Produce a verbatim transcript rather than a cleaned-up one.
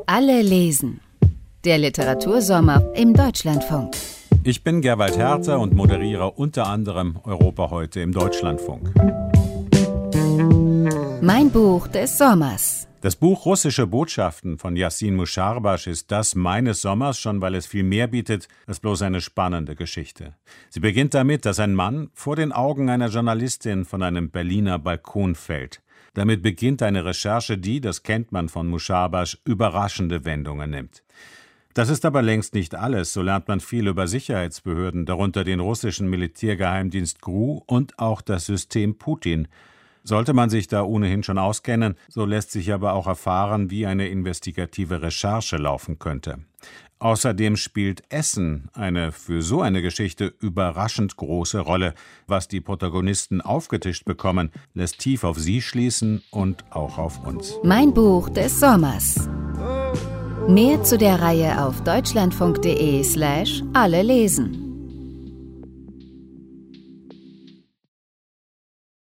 Alle lesen. Der Literatursommer im Deutschlandfunk. Ich bin Gerwald Herter und moderiere unter anderem Europa heute im Deutschlandfunk. Mein Buch des Sommers. Das Buch Russische Botschaften von Yassin Musharbash ist das meines Sommers, schon weil es viel mehr bietet als bloß eine spannende Geschichte. Sie beginnt damit, dass ein Mann vor den Augen einer Journalistin von einem Berliner Balkon fällt. Damit beginnt eine Recherche, die, das kennt man von Musharbash, überraschende Wendungen nimmt. Das ist aber längst nicht alles. So lernt man viel über Sicherheitsbehörden, darunter den russischen Militärgeheimdienst G R U und auch das System Putin. Sollte man sich da ohnehin schon auskennen, so lässt sich aber auch erfahren, wie eine investigative Recherche laufen könnte. Außerdem spielt Essen eine für so eine Geschichte überraschend große Rolle. Was die Protagonisten aufgetischt bekommen, lässt tief auf sie schließen und auch auf uns. Mein Buch des Sommers. Mehr zu der Reihe auf deutschlandfunk.de slash alle lesen.